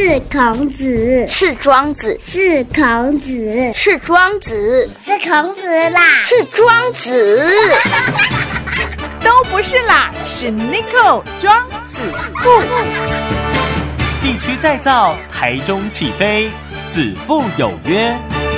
是孔子， 是庄子， 是孔子， 是庄子， 是孔子啦， 是庄子， 都不是啦，是 Nico 庄子富。 地区再造，台中起飞，子父有约。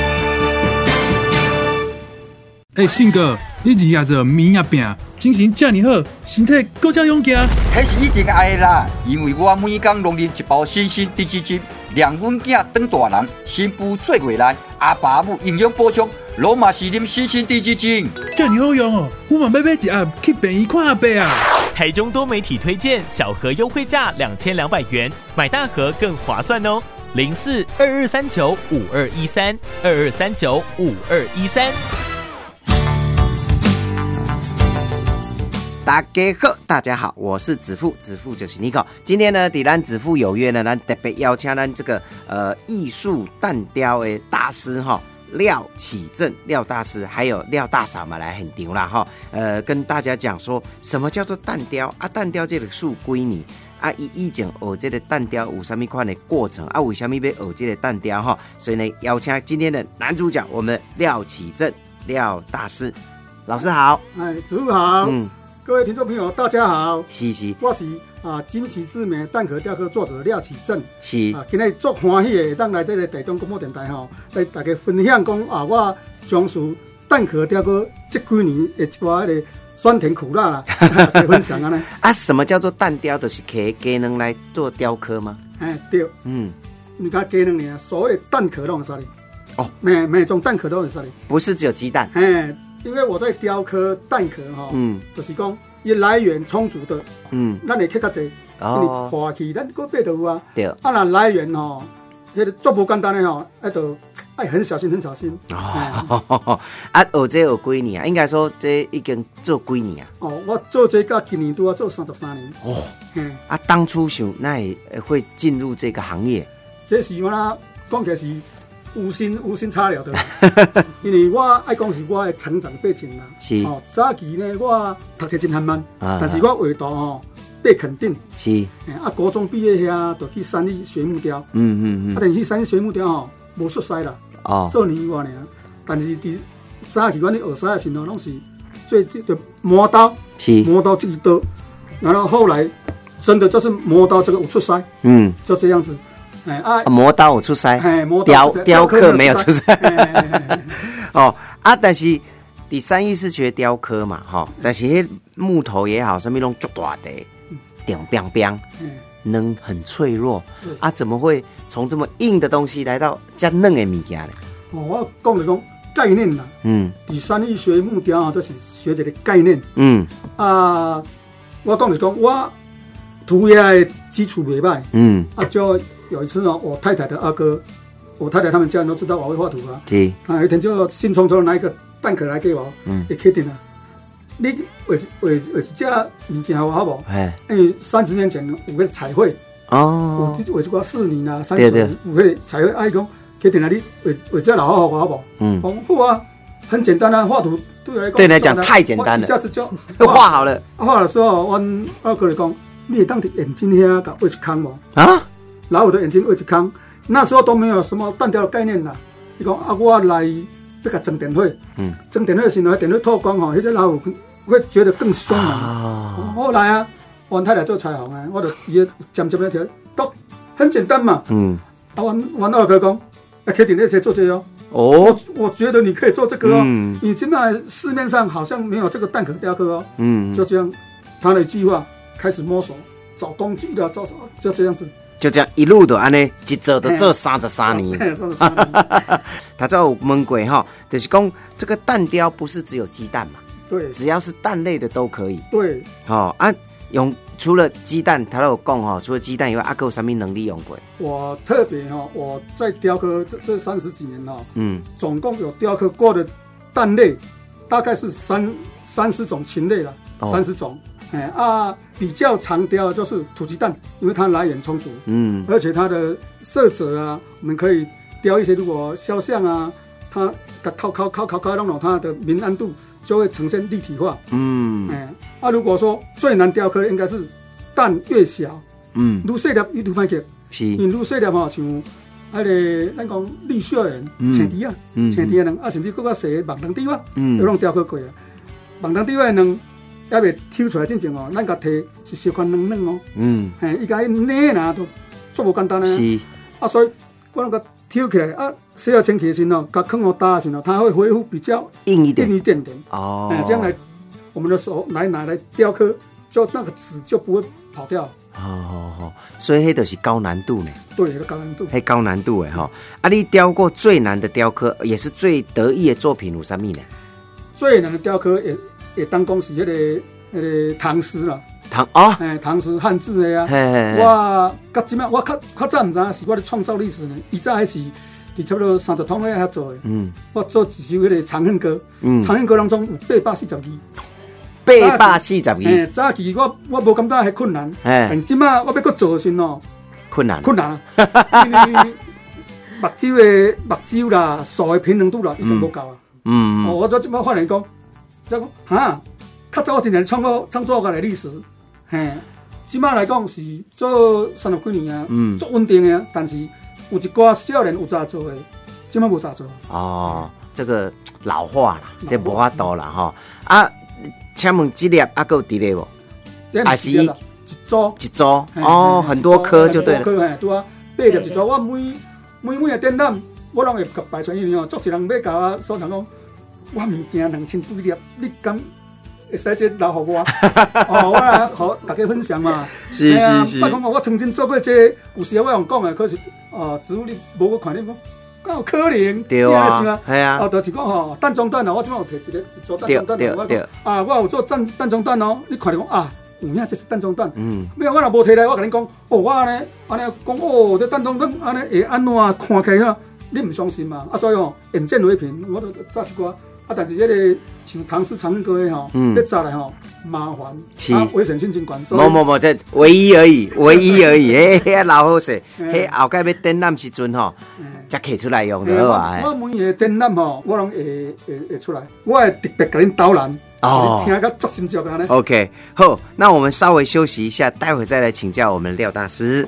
信哥，你日夜做面也饼，精神这么好，身体更加勇健。 迄是以前爱啦，因为我每天拢啉一包新鲜低脂精，让阮囝当大人，新妇做月来，阿爸母营养补充，罗马是啉新鲜低脂精。 这么好用哦，我嘛要买一盒去病院看阿伯啊。 台中多媒体推荐，小盒优惠价2200元，买大盒更划算哦。04-2239-5213，2239-5213。 大家好，我是子父，子父就是 Nico。今天呢，在咱子父有约呢，咱特别邀请咱这个艺术蛋雕的大师哈。廖启正廖大师还有廖大嫂嘛来现场啦哈，跟大家讲说什么叫做蛋雕啊？蛋雕这个数归你啊，以前学这个蛋雕有什么款的过程啊？为什么要学这个蛋雕哈？所以呢，邀请今天的男主角我们廖启正廖大师老师好， 子父好，各位听众朋友大家好， 是， 我是金旗之美蛋壳雕刻作者廖启正， 是今日足欢喜的，当来这个台中广播电台吼，来大家分享讲我从事蛋壳雕刻这几年的一寡的酸甜苦辣啦，来分享啊呢。 什么叫做蛋雕？就是摕鸡卵来做雕刻吗？ 对，你看鸡卵呢，所谓蛋壳都有啥哩？哦，每种蛋壳都有啥哩？ 不是只有鸡蛋， 因为我在雕刻蛋壳哈，就是讲。伊来源充足的，咱会客较济，因为破去咱个背豆啊， 对， 那来源吼，迄个做不简单的吼，爱很小心，很小心。 学这有几年啊？应该说这已经做几年啊？ 我做这个今年都要做33年。 当初想那会进入这个行业， 这是我啦，讲起来是无心插柳的，因为我爱讲是我的成长背景啦。 是早期呢，我读册真缓慢，但是我画图吼被肯定。是高中毕业遐就去三立学木雕。但是去三立学木雕吼无出师啦，做年外尔。但是伫早期阮咧学师的时候，拢是做就磨刀，磨刀这一刀，然后后来真的就是磨刀这个有出师，就这样子。 磨刀有出师，雕刻没有出师。但是第三艺是学雕刻嘛，但是迄木头也好，什么拢足大的，顶冰冰，能很脆弱怎么会从这么硬的东西来到这嫩的物件呢？ 我讲的讲概念啦，第三艺学木雕都是学这个概念，我讲的讲我涂鸦的基础袂歹，就。有一次我太太的阿哥，我太太他们家人都知道我会画图啊。有一天就兴冲冲拿一个蛋壳来给我，也确定了。你画一只物件好不好？因为30年前有个彩绘，画一个4年啊30年有个彩绘，讲确定了你画只老好好不好？好啊，很简单啊，画图对你来讲太简单了， 一下子就画好了。 画的时候，我二哥就讲，你会当伫眼睛遐甲画一坑无？老虎的眼睛画一坑，那时候都没有什么蛋雕的概念啦。伊讲我来要甲装电火，装电火的时候，电火透光吼，迄只老虎会觉得更凶猛。后来我太太做彩虹我就伊渐渐那条，都很简单嘛。我二哥讲，确定你可以做这个我觉得你可以做这个你现在市面上好像没有这个蛋壳雕刻就这样，他的计划开始摸索，找工具啦，找什么，就这样子。 就这样一路的安尼，一做就做33年。他在有问过就是讲这个蛋雕不是只有鸡蛋嘛？ 对， 只要是蛋类的都可以。 对， 用除了鸡蛋，他都有讲除了鸡蛋以外，还有什么能力用过？ 我特别我在雕刻这30几年总共有雕刻过的蛋类大概是30种禽类了，30种。比较常雕的就是土鸡蛋，因为它来源充足，而且它的色泽我们可以雕一些，如果肖像它烤弄它的明暗度就会呈现立体化，如果说最难雕刻的应该是蛋越小，愈细粒愈歹刻， 是， 因愈细粒吼，像迄个咱讲绿秀园、青蝶啊、青蝶卵，啊甚至更较细的网灯雕啊，都拢雕刻过啊。网灯雕的卵还袂抽出来之前哦，咱甲摕是小款软软哦，嘿，伊甲伊捏呐都足无简单啊。 是， 啊，所以我拢甲抽起来啊，洗好清气时哦，甲放互打时哦，它会恢复比较硬一点哦，这样来我们的手来拿来雕刻，就那个纸就不会跑掉。 好，所以迄就是高难度呢。 对，高难度。 迄高难度的吼。啊，你雕过最难的雕刻，也是最得意的作品有啥物呢？ 最难的雕刻也当讲是迄个唐诗啦。唐诗汉字的啊。我到即摆我较早唔知是我咧创造历史呢。以前是伫差不多30通咧遐做的。我做一首迄个《长恨歌》。长恨歌当中有840字。 840字。 早期我无感觉迄困难，但即摆我要搁做时哦，困难啊！因为目睭啦、手的平衡度啦，已经无够啊。我即摆发现讲，较早我真正创作个历史，即摆来讲是做30几年啊，做稳定的，但是有一寡少年有早做的，即摆无早做。 哦，这个老化啦，这无法度啦吼啊。请问这粒还有伫咧无？还是一组哦，很多颗就对了。 对啊，8粒一组。我每个展览，我拢会甲摆出，因为足一人要甲我收藏讲，我物件2000几粒，你敢会使这留互我？我互大家分享嘛。 是。 别讲我曾经做过这，有时我用讲的，可是只有你无去看你讲。敢有可能？ 对啊，系啊。 就是讲吼，弹中弹我即摆有摕一组弹中弹我讲我有做弹中弹哦。你看着讲有影这是弹中弹。我若无摕来，我甲你讲，我安尼讲这弹中弹安尼会安怎看起来？你唔相信嘛？所以眼见为凭，我都炸一寡。但是迄个像唐诗长恨歌的吼，要炸来吼麻烦，危险性真悬。 无，这唯一而已，迄老好势，迄后盖要展览时阵吼。才摕出来用的话， 我每个展览吼，我拢会出来，我会特别给恁导览，听个足心照安尼。 OK， 好，那我们稍微休息一下，待会再来请教我们廖大师。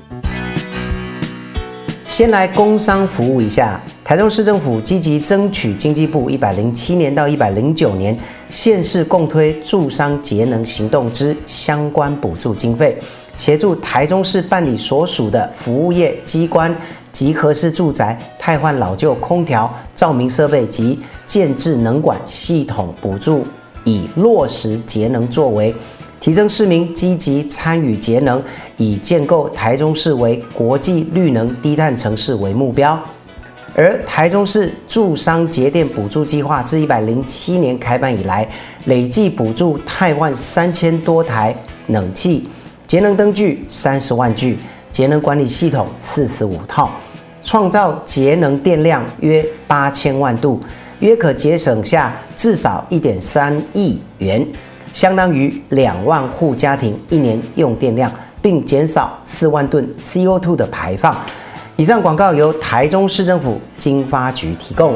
先来工商服务一下，台中市政府积极争取经济部107年到109年县市共推住商节能行动之相关补助经费，协助台中市办理所属的服务业机关及合适住宅汰换老旧空调、照明设备及建置能管系统补助，以落实节能作为，提升市民积极参与节能，以建构台中市为国际绿能低碳城市为目标。而台中市住商节电补助计划自107年开办以来，累计补助汰换3000多台冷气，节能灯具30万具，节能管理系统45套，创造节能电量约8000万度，约可节省下至少1.3亿元，相当于2万户家庭1年用电量，并减少4万吨 CO2 的排放。以上广告由台中市政府经发局提供。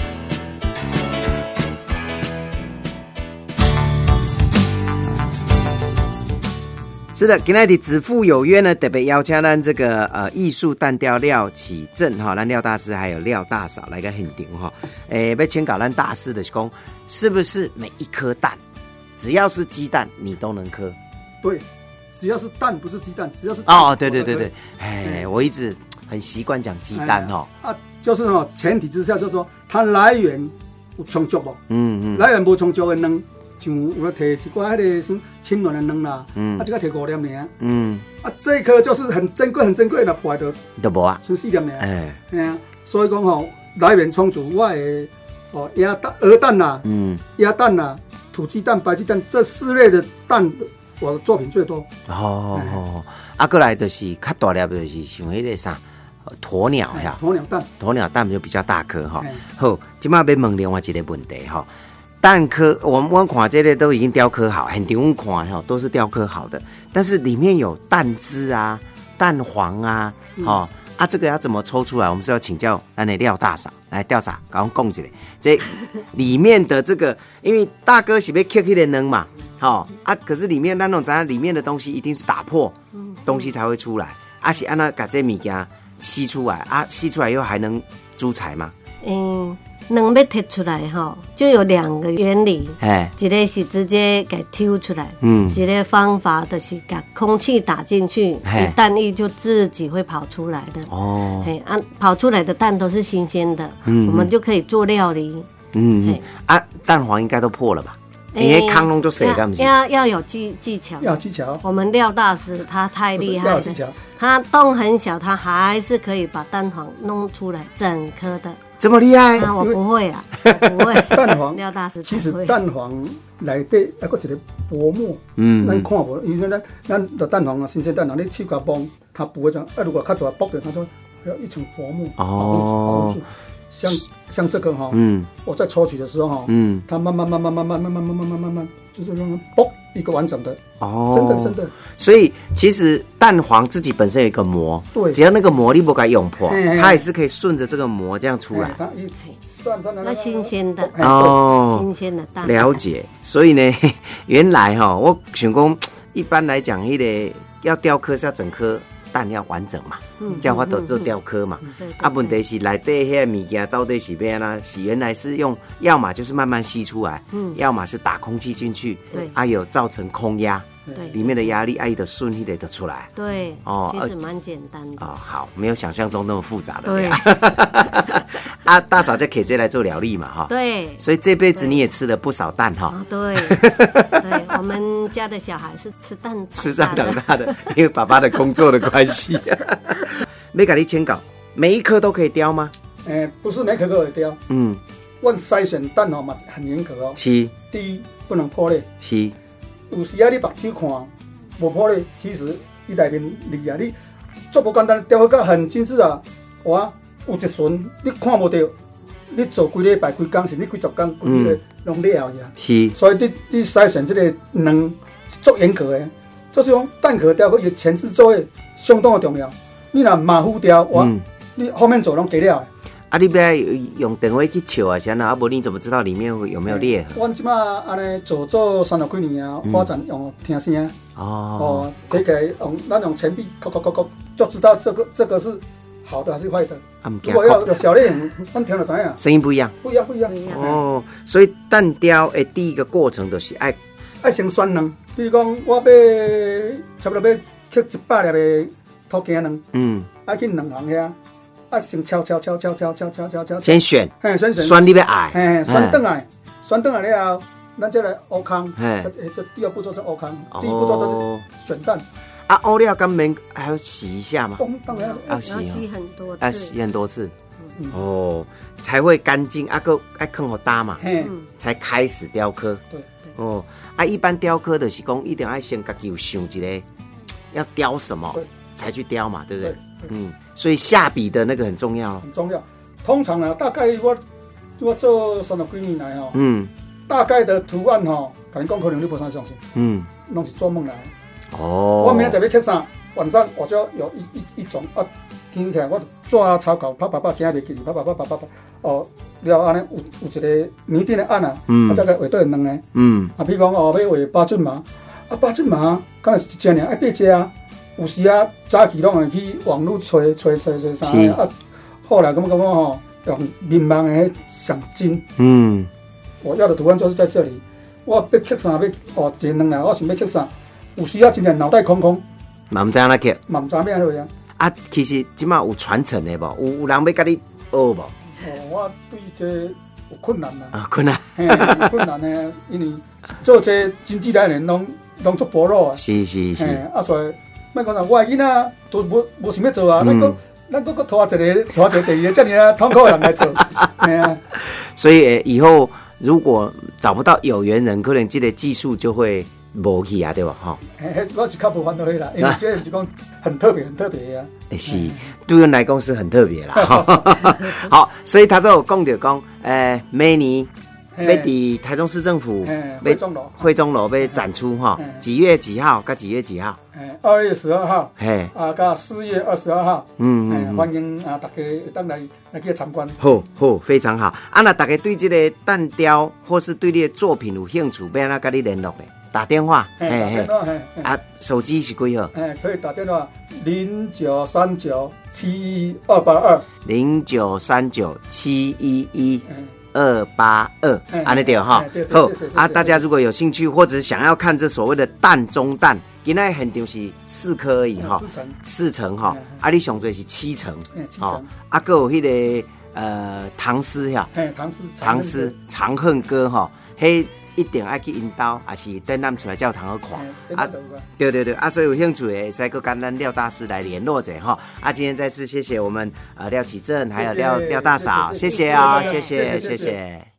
是的，今天的子父有约呢，特别邀请咱这个艺术蛋雕廖启正哈，咱廖大师还有廖大嫂来个现场哈，要请教咱大师的是讲，是不是每一颗蛋，只要是鸡蛋你都能磕？ 对，只要是蛋不是鸡蛋，只要是蛋对，我一直很习惯讲鸡蛋哈， 就是前提之下就是说它来源有充足无，来源无充足的卵。像有咧摕一寡迄个什青卵的卵啦，这个摕5粒尔，这一颗就是很珍贵的，破坏就无啊，剩4粒尔，所以讲吼来源充足，我的鹅蛋啦，鸭蛋啦，土鸡蛋、白鸡蛋这4类的蛋，我的作品最多。 过来就是较大粒，就是像迄个啥鸵鸟呀，鸵鸟蛋就比较大颗哈。好，今麦要问另外一个问题哈。蛋壳，我们看这些都已经雕刻好，很多看哈都是雕刻好的，但是里面有蛋汁啊、蛋黄啊，这个要怎么抽出来？我们是要请教咱的廖大嫂来调查，赶快讲一下。这里面的这个，因为大哥是要刻起的能嘛，可是里面那种咱里面的东西一定是打破东西才会出来啊是安那把这物件吸出来啊，吸出来以后还能煮菜吗？ 能要摕出来吼，就有2个原理，一个是直接给抽出来，一个方法就是把空气打进去，蛋液就自己会跑出来的。哦，跑出来的蛋都是新鲜的，我们就可以做料理。 蛋黄应该都破了吧？因为康弄就水了，不是？ 要有技巧， 要技巧。 我们廖大师他太厉害了，他洞很小，他还是可以把蛋黄弄出来整颗的。 这么厉害？ 我不会啊，不会。 蛋黄， 廖大师其实蛋黄内底还有一个薄膜，咱看无，因为咱的蛋黄啊，新鲜蛋黄，你手甲摸，它不会这样。如果较早剥掉，它就有一层薄膜包住。像这个哈，我在抽取的时候哈，它慢慢，就是让它剥一个完整的。哦，真的。 所以其实蛋黄自己本身有一个膜， 对， 只要那个膜你不给它用破，它也是可以顺着这个膜这样出来。 那新鲜的哦，新鲜的蛋。 了解。所以呢，原来哈，我想讲，一般来讲，那个要雕刻是要整颗蛋要完整嘛，这样我都做雕刻嘛。问题是内底迄个物件到底是要哪？是原来是用，要么就是慢慢吸出来，要么是打空气进去，有造成空压，里面的压力，的顺利的出来。 对，其实蛮简单的。 好，没有想象中那么复杂的。 对。 大嫂就可以直接来做疗愈嘛，哈。 对。 所以这辈子你也吃了不少蛋哈。 对。我们家的小孩是吃蛋长大的，因为爸爸的工作的关系。没给你请教，每一颗都可以雕吗？ 不是每颗都可以雕。我筛选蛋嘛很严格哦。 是。 第一，不能破裂。 是。 有时你目睭看无破裂，其实伊内面里啊，你做无简单，雕得很精致啊。有一瞬你看无到，你做几礼拜、几工，甚至几十工、几个拢了呀。是。所以你筛选这个卵是足严格的，就是讲蛋壳雕刻伊前置作业相当的重要。你若马虎雕，你后面做拢假了。 你不要用电话去笑啊，先啊，不然你怎么知道里面有没有裂痕？ 我即马安尼做30几年啊，发展用听声。这个用钱币扣，就知道这个是好的还是坏的。如果要有小裂痕，我听了知影。 声音不一样。 不一样。 哦，所以蛋雕的第一个过程就是爱先选卵。比如讲，我差不多要刻100粒的土鸡卵，爱去卵行遐。先敲， 先选， 先选， 选你要爱， 选转来了后，咱再来挖坑，这第二步骤是挖坑，第一步骤就是选蛋。 挖了干免还要洗一下吗？ 当然要洗很多次， 洗很多次，才会干净。个爱坑好搭嘛，才开始雕刻。对，一般雕刻的是讲一定要先自己有想一个要雕什么，才去雕嘛，对不对？所以下笔的那个很重要， 很重要。通常啊，大概我做30几年来大概的图案跟你讲可能你不啥相信，拢是做梦来。我明仔载要刻啥，晚上我就有一种听起来我抓草稿，啪惊袂记，啪，了安尼有一个拟定的案啊，再个画倒两个，比如讲要画8寸麻，8寸麻，敢若是一只尔，爱8只啊。有时啊，早期拢会去网络找啥后来感觉用面盲的上真。我要的图案就是在这里。我要刻啥，要一两下，我想要刻啥，有时啊真正脑袋空空， 嘛唔知影哪刻， 嘛唔知咩去啊。其实即马有传承的无？有人要甲你学无？ 我对这有困难啦。 困难。 有困难呢，因为做这经济来源拢足薄弱啊。 是。 所以。莫讲啦，我的囡仔都无想要做啊，咱搁拖一个第二个，这样痛苦的人来做， 所以以后如果找不到有缘人，可能这个技术就会无去啊，对吧？ 我是较无烦恼啦，因为这不是讲很特别啊。 是，对人来讲是很特别啦。好，所以他就有讲到讲，每年。要伫台中市政府惠中楼要展出几月几号？甲几月几号 ？2月12号。甲4月22号。欢迎大家会当来去参观。 好，非常好。那大家对这个蛋雕或是对你的作品有兴趣，要安怎甲你联络咧？ 打电话， 打电话， 啊，手机是几号？ 可以打电话09397122，0939711282， 安尼对哈。好啊，大家如果有兴趣或者想要看这所谓的蛋中蛋，今天现场是4颗而已哈，4层哈，啊，你上最是7层，哦，啊，还有迄个唐诗哈，唐诗长恨歌哈，迄一定爱去引导，还是等咱出来教堂好看啊？对对对啊，所以有兴趣的，可以跟咱廖大师来联络者哈。啊，今天再次谢谢我们廖启正还有廖大嫂，谢谢啊，谢谢。